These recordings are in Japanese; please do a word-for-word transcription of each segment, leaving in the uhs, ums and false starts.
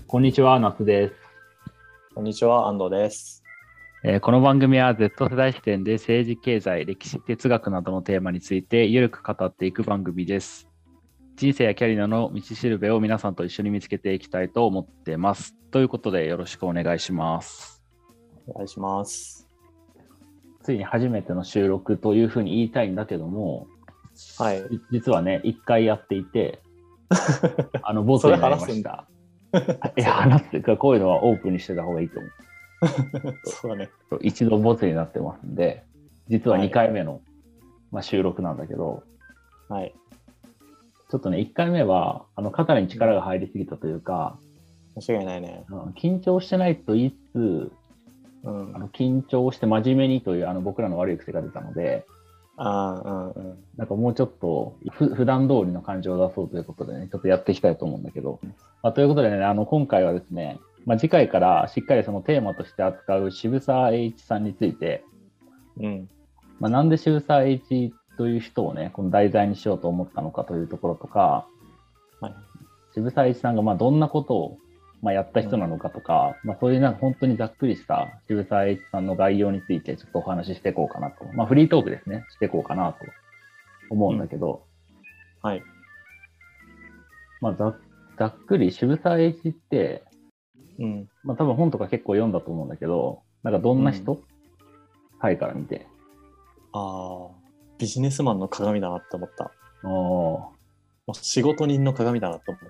こんにちは、夏です。 こんにちは、安藤です。 えーこの番組は Z 世代視点で政治、経済、歴史、哲学などのテーマについてゆるく語っていく番組です。人生やキャリアの道しるべを皆さんと一緒に見つけていきたいと思ってます。ということでよろしくお願いします。 お願いします。 ついに初めての収録というふうに言いたいんだけども、 はい。 実はね、いっかいやっていて、あの、ボツになりました。いや、話すか、こういうのはオープンにしてた方がいいと思う。 そうだね。 一度ボツになってますんで、実はにかいめの、はいまあ、収録なんだけど、 はい。 ちょっとね、いっかいめはあの肩に力が入りすぎたというか、 間違いないね。 うん、緊張してないと言いつつ、 うん、 あの緊張して真面目にというあの僕らの悪い癖が出たので、 あうんうん、 なんかもうちょっとふ普段通りの感情を出そうということでね、ちょっとやっていきたいと思うんだけど、まあ、ということでね、あの今回はですね、まあ、次回からしっかりそのテーマとして扱う渋沢栄一さんについて、 うんまあ、なんで渋沢栄一という人をね、この題材にしようと思ったのかというところとか、 はい、 渋沢栄一さんがまあどんなことをまあやった人なのかとか、うんまあ、そういうなんか本当にざっくりした渋沢栄一さんの概要についてちょっとお話ししていこうかなと。まあフリートークですね、していこうかなと思うんだけど、 うん、はい。 まあざざっくり渋沢栄一って、 うん、 まあ多分本とか結構読んだと思うんだけど、なんかどんな人、 うん、 タイから見て。 ああ、ビジネスマンの鏡だなって思った。 おもう仕事人の鏡だなって思った。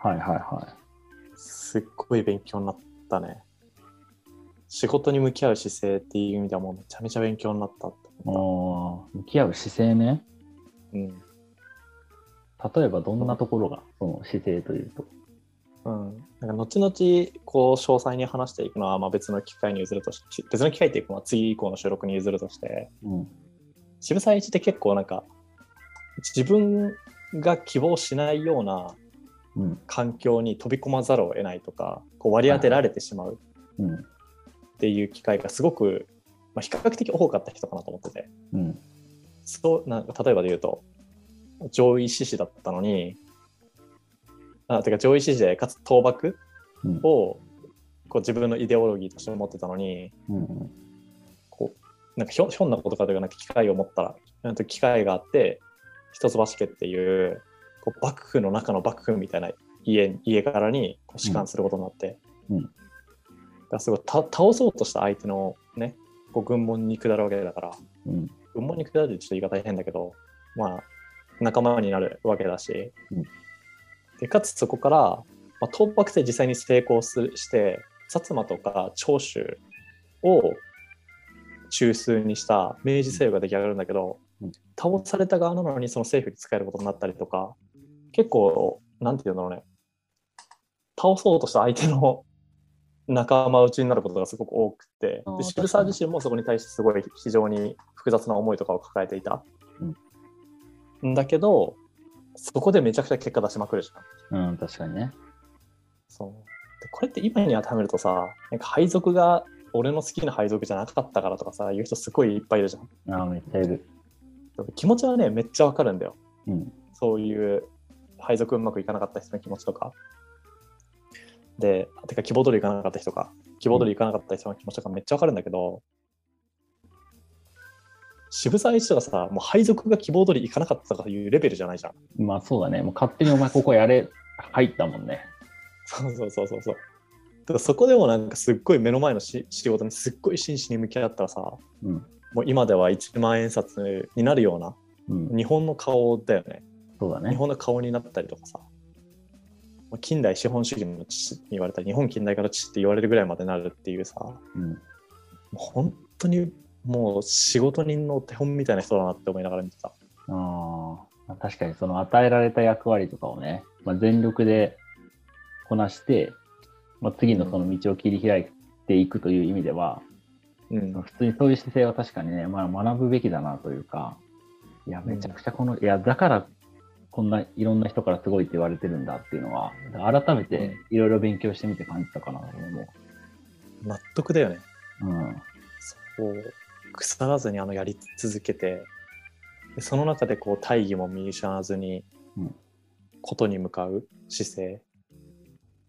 はいはいはい。 すっごい勉強になったね。仕事に向き合う姿勢っていう意味ではもうめちゃめちゃ勉強になったって思った。向き合う姿勢ね。 うん。 例えばどんなところがその姿勢というと。 うん、なんか後々こう詳細に話していくのはまあ別の機会に譲るとして別の機会っていうかまあ次以降の収録に譲るとして、 うん、 渋沢栄一って結構なんか自分が希望しないような環境に飛び込まざるを得ないとか、こう割り当てられてしまうっていう機会がすごく、まあ、比較的多かった人かなと思ってて、 うん、 そうなんか例えばで言うと上位志士だったのにあてか上位志士でかつ倒幕をこう自分のイデオロギーとして持ってたのに、 うんうん、 こうなんかひょひょんなことかというかなんか機会を持ったらなんと機会があって一橋家っていうこう幕府の中の幕府みたいな 家, 家柄にこう仕官することになって、うんうん、だからすごいた倒そうとした相手のねこう軍門に下るわけだから、うん、軍門に下るってちょっと言い方変だけどまあ仲間になるわけだし、うん、でかつそこから、まあ、倒幕って実際に成功するして薩摩とか長州を中枢にした明治政府が出来上がるんだけど、うん、倒された側なのにその政府に使えることになったりとか結構なんていうんだろうね倒そうとした相手の仲間内になることがすごく多くてで渋沢自身もそこに対してすごい非常に複雑な思いとかを抱えていた、うん、だけどそこでめちゃくちゃ結果出しまくるじゃん。うん、確かにね。 そうでこれって今に当てはめるとさなんか配属が俺の好きな配属じゃなかったからとかさ言う人すごいいっぱいいるじゃん。 ああめっちゃいる。 気持ちはねめっちゃわかるんだよ、 うん、 そういう配属うまくいかなかった人の気持ちとかでてか希望通りいかなかった人か希望通りいかなかった人の気持ちとかめっちゃわかるんだけど、うん、渋沢栄一とかさもう配属が希望通りいかなかったとかいうレベルじゃないじゃん。 まあそうだねもう勝手にお前ここやれ入ったもんね。 そうそうそうそうそうだからそこでもなんかすっごい目の前のし仕事にすっごい真摯に向き合ったらさ、うん、もう今ではいちまん円札になるような、うん、日本の顔だよね。 そうだね。 日本の顔になったりとかさ近代資本主義の父に言われたり日本近代化の父って言われるぐらいまでなるっていうさ、うん、もう本当にもう仕事人の手本みたいな人だなって思いながら見てた。 あ確かにその与えられた役割とかをね、まあ、全力でこなしてまあ、次のその道を切り開いていくという意味では、うん、普通にそういう姿勢は確かにね、まあ、学ぶべきだなというか、いや、めちゃくちゃこの、うん、いや、だからこんないろんな人からすごいって言われてるんだっていうのは、改めていろいろ勉強してみて感じたかなと思う。 納得だよね。 うん。 そう、腐らずにあのやり続けて、でその中でこう大義も見失わずに、ことに向かう姿勢。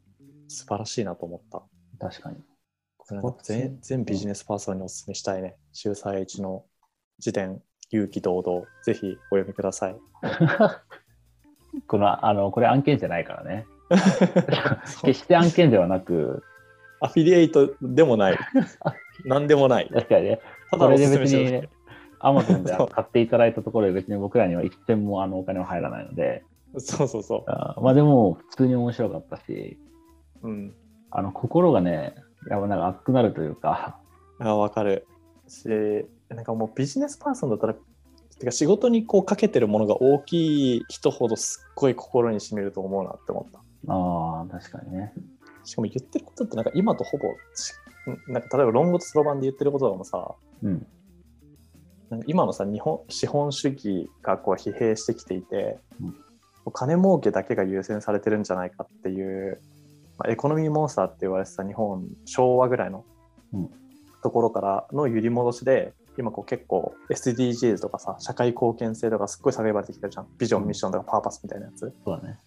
素晴らしいなと思った。 確かに。 これなんか 全, 全ビジネスパーソンにお勧めしたいね。渋沢栄一の自伝、勇気堂々、ぜひお読みください。 この、あの、これ案件じゃないからね。決して案件ではなく、 アフィリエイトでもない。何でもない。 確かにね。 ただこれおすめしです別に、アマゾンで買っていただいたところで別に僕らには一銭もあのお金は入らないので。 そうそうそう。 あまあでも、普通に面白かったし、 うん。 あの、心がね、やっぱなんか熱くなるというか。 あ、わかる。し、なんかもうビジネスパーソンだったら、てか仕事にこうかけてるものが大きい人ほどすっごい心に染みると思うなって思った。 ああ、確かにね。 しかも言ってることってなんか今とほぼなんか例えば論語とそろばんで言ってることとかもさ、 うん、 なんか今のさ日本資本主義がこう疲弊してきていて、 うん、 金儲けだけが優先されてるんじゃないかっていう、まあ、エコノミーモンスターって言われてた日本昭和ぐらいのところからの揺り戻しで、今こう結構 エスディージーズ とかさ社会貢献性とかすっごい叫ばれてきてるじゃん。ビジョンミッションとかパーパスみたいなやつ。 そうだね。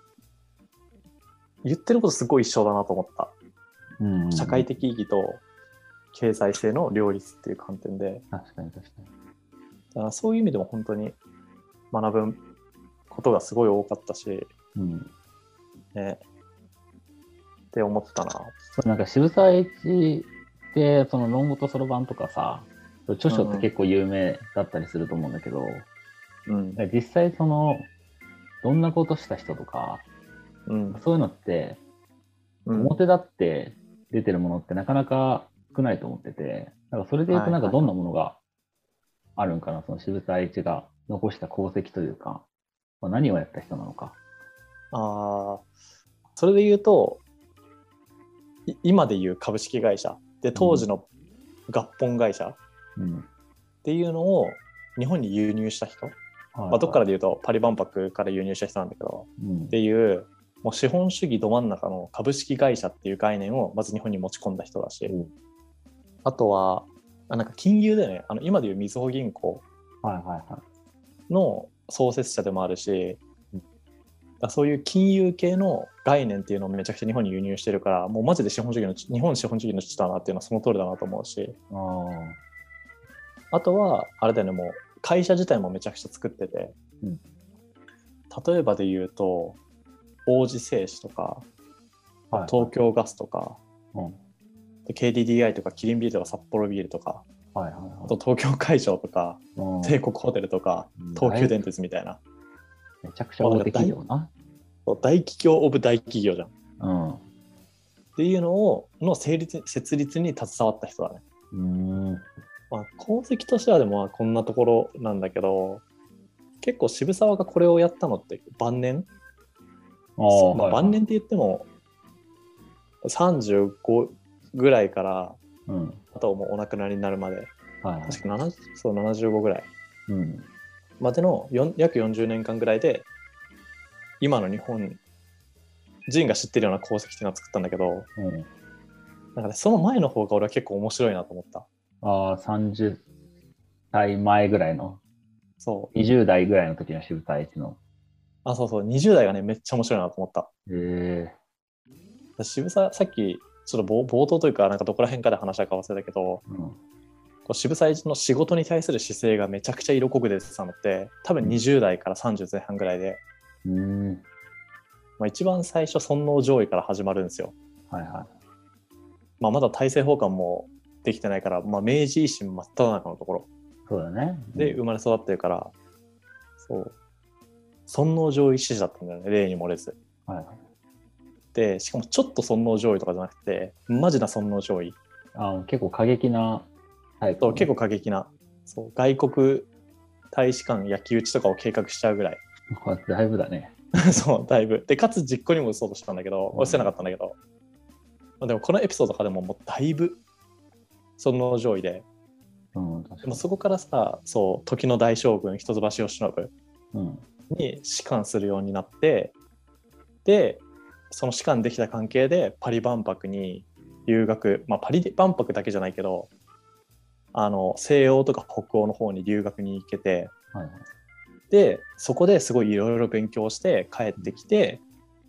言ってることすごい一緒だなと思った。 うんうんうん、 社会的意義と経済性の両立っていう観点で。 確かに確かに。 だからそういう意味でも本当に学ぶことがすごい多かったし、 うん、 ね、って思ったな。 なんか渋沢栄一ってその論語とそろばんとかさ、著書って結構有名だったりすると思うんだけど、うん、実際そのどんなことした人とか、うん、そういうのって表立って出てるものってなかなか少ないと思ってて、なんかそれで言うとなんかどんなものがあるんかな、その渋沢栄一が残した功績というか、まあ、何をやった人なのか。 ああ、それで言うと今でいう株式会社で当時の合本会社っていうのを日本に輸入した人、うんまあ、どっからで言うとパリ万博から輸入した人なんだけど、うん、っていうもう資本主義ど真ん中の株式会社っていう概念をまず日本に持ち込んだ人だし、うん、あとはなんか金融でね、あの今でいうみずほ銀行の創設者でもあるし、だそういう金融系の概念っていうのをめちゃくちゃ日本に輸入してるから、もうマジで資本主義の日本資本主義の父だなっていうのはその通りだなと思うし、あ, あとはあれだよね、もう会社自体もめちゃくちゃ作ってて、うん、例えばで言うと王子製紙とか、はいはい、東京ガスとか、うん、で ケーディーディーアイ とかキリンビールとか札幌ビールとか、はいはいはい、あと東京海上とか、うん、帝国ホテルとか、うん、東急電鉄みたいな、 めちゃくちゃ大手企業な。 大企業オブ大企業じゃん。うん、っていうのをの成立設立に携わった人だね。うーん、まあ、功績としてはでもこんなところなんだけど、結構渋沢がこれをやったのって晩年、あ、まあはいはい、晩年って言ってもさんじゅうごぐらいから、うん、あとはもうお亡くなりになるまで、はいはい、確かななじゅうそうななじゅうごぐらい、うん、までの約よんじゅうねんかんぐらいで今の日本人が知ってるような功績っていうのを作ったんだけど、うん、なんかね、その前の方が俺は結構面白いなと思った。 ああ、さんじゅっさいまえぐらいの、そうにじゅう代ぐらいの時の渋沢栄一の、 あ、そうそう、にじゅう代がねめっちゃ面白いなと思った。 へえ。渋沢、さっきちょっと冒頭というかなんかどこら辺かで話したか忘れたけど、うん、こう渋沢栄一の仕事に対する姿勢がめちゃくちゃ色濃く出てたのって多分にじゅう代からさんじゅう前半ぐらいで、うんまあ、一番最初尊王攘夷から始まるんですよ。はいはい。まあ、まだ大政奉還もできてないから、まあ、明治維新真っ只中のところ。 そうだね。 うん、で生まれ育ってるから、そう尊王攘夷支持だったんだよね、例に漏れず。はいはい。でしかもちょっと尊王攘夷とかじゃなくてマジな尊王攘夷。 あ、結構過激なタイプ、ね。 そう結構過激な。そう外国大使館焼き討ちとかを計画しちゃうぐらい。 だいぶだね。 そうだいぶでかつ実行にも移そうとしたんだけど、うん、してなかったんだけど、でもこのエピソードとかでももうだいぶ尊王攘夷で、うん、でもそこからさ、そう時の大将軍一橋慶喜に仕官するようになって、でその仕官できた関係でパリ万博に留学、まあパリ万博だけじゃないけど、あの西欧とか北欧の方に留学に行けて、はいはい、でそこですごいいろいろ勉強して帰ってきて、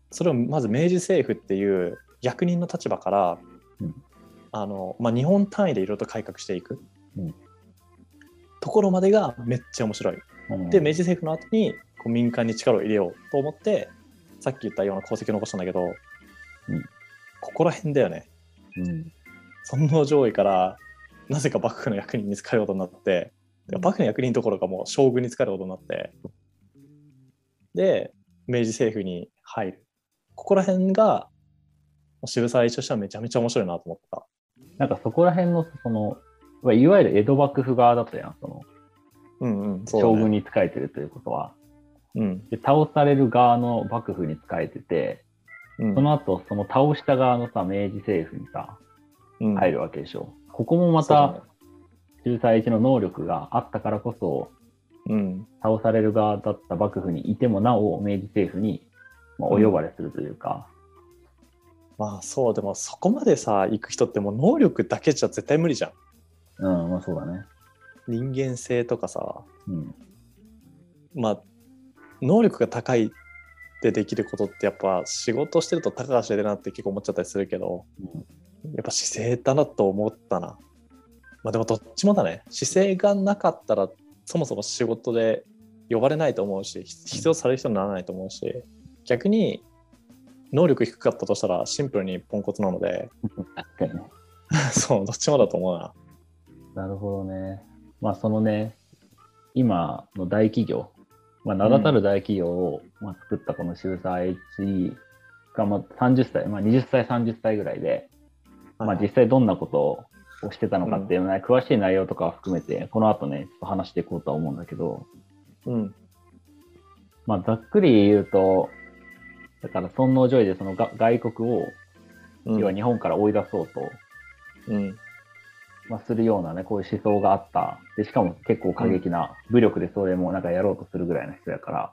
それをまず明治政府っていう役人の立場から、 うん、 あのまあ、日本単位でいろいろと改革していく、 うん、 ところまでがめっちゃ面白い、うん、で明治政府の後にこう民間に力を入れようと思ってさっき言ったような功績を残したんだけど、うん、ここら辺だよね、うん、尊皇攘夷からなぜか幕府の役人に仕えることになって、うん、幕府の役人どころかもう将軍に仕えることになって、で明治政府に入る、ここら辺が渋沢栄一としてはめちゃめちゃ面白いなと思った。 なんかそこら辺のそのいわゆる江戸幕府側だったやん、その、 うんうんそうだね、 将軍に仕えてるということは、 うん、 で倒される側の幕府に仕えてて、うん、その後その倒した側のさ明治政府にさ、うん、入るわけでしょ。ここもまた渋沢栄一の能力があったからこそ、うん、倒される側だった幕府にいてもなお明治政府に、まあ、お呼ばれするというか、 うん、まあそうでもそこまでさ行く人ってもう能力だけじゃ絶対無理じゃん。 うんまあそうだね。 人間性とかさ、うん、まあ能力が高いでできることってやっぱ仕事してると高が知れるなって結構思っちゃったりするけど、うん、やっぱ姿勢だなと思ったな。まあでもどっちもだね。姿勢がなかったらそもそも仕事で呼ばれないと思うし、必要される人にならないと思うし、逆に能力低かったとしたらシンプルにポンコツなので確かにそうどっちもだと思うな。 なるほどね。まあそのね今の大企業、まあ、名だたる大企業を、うんまあ、作ったこの渋沢栄一が、まあ、さんじゅっさい、まあ、はたちさんじゅっさいぐらいで、まあ、実際どんなことをしてたのかっていうのは、ね、うん、詳しい内容とかを含めてこの後ねちょっと話していこうとは思うんだけど、うんまあ、ざっくり言うとだから尊皇攘夷でそのが外国を、うん、要は日本から追い出そうと、うんまあ、するようなねこういう思想があった。でしかも結構過激な武力でそれもなんかやろうとするぐらいの人やから、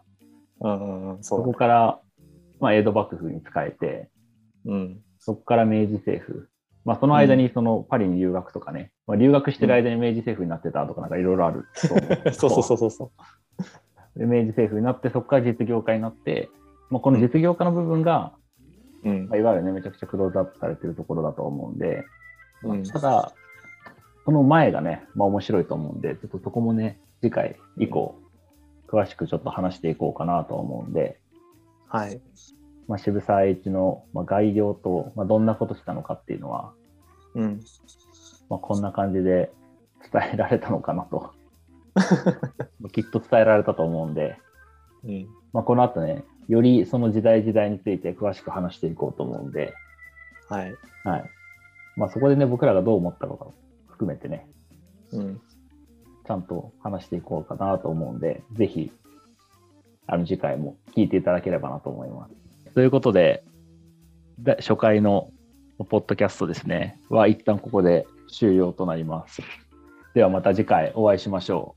うんうん、そうだね、そこから、まあ、江戸幕府に仕えて、うん、そこから明治政府、まあ、その間にそのパリに留学とかね、まあ、留学してる間に明治政府になってたとかなんかいろいろあると思う、 うん、そうそうそうそうで明治政府になってそこから実業家になって、まあ、この実業家の部分が、うんまあ、いわゆるねめちゃくちゃクローズアップされてるところだと思うんで、うん、ただその前がね、まあ面白いと思うんで、ちょっとそこもね、次回以降、詳しくちょっと話していこうかなと思うんで、 はい。 まあ、渋沢栄一の概要と、まあ、どんなことしたのかっていうのは、うん。まあ、こんな感じで伝えられたのかなと。きっと伝えられたと思うんで、うんまあ、この後ね、よりその時代時代について詳しく話していこうと思うんで、 はい。 はい。まあ、そこでね、僕らがどう思ったのか含めてね、うん、ちゃんと話していこうかなと思うんで、ぜひ、あの次回も聞いていただければなと思います。ということで、で初回のポッドキャストですね、は一旦ここで終了となります。ではまた次回お会いしましょう。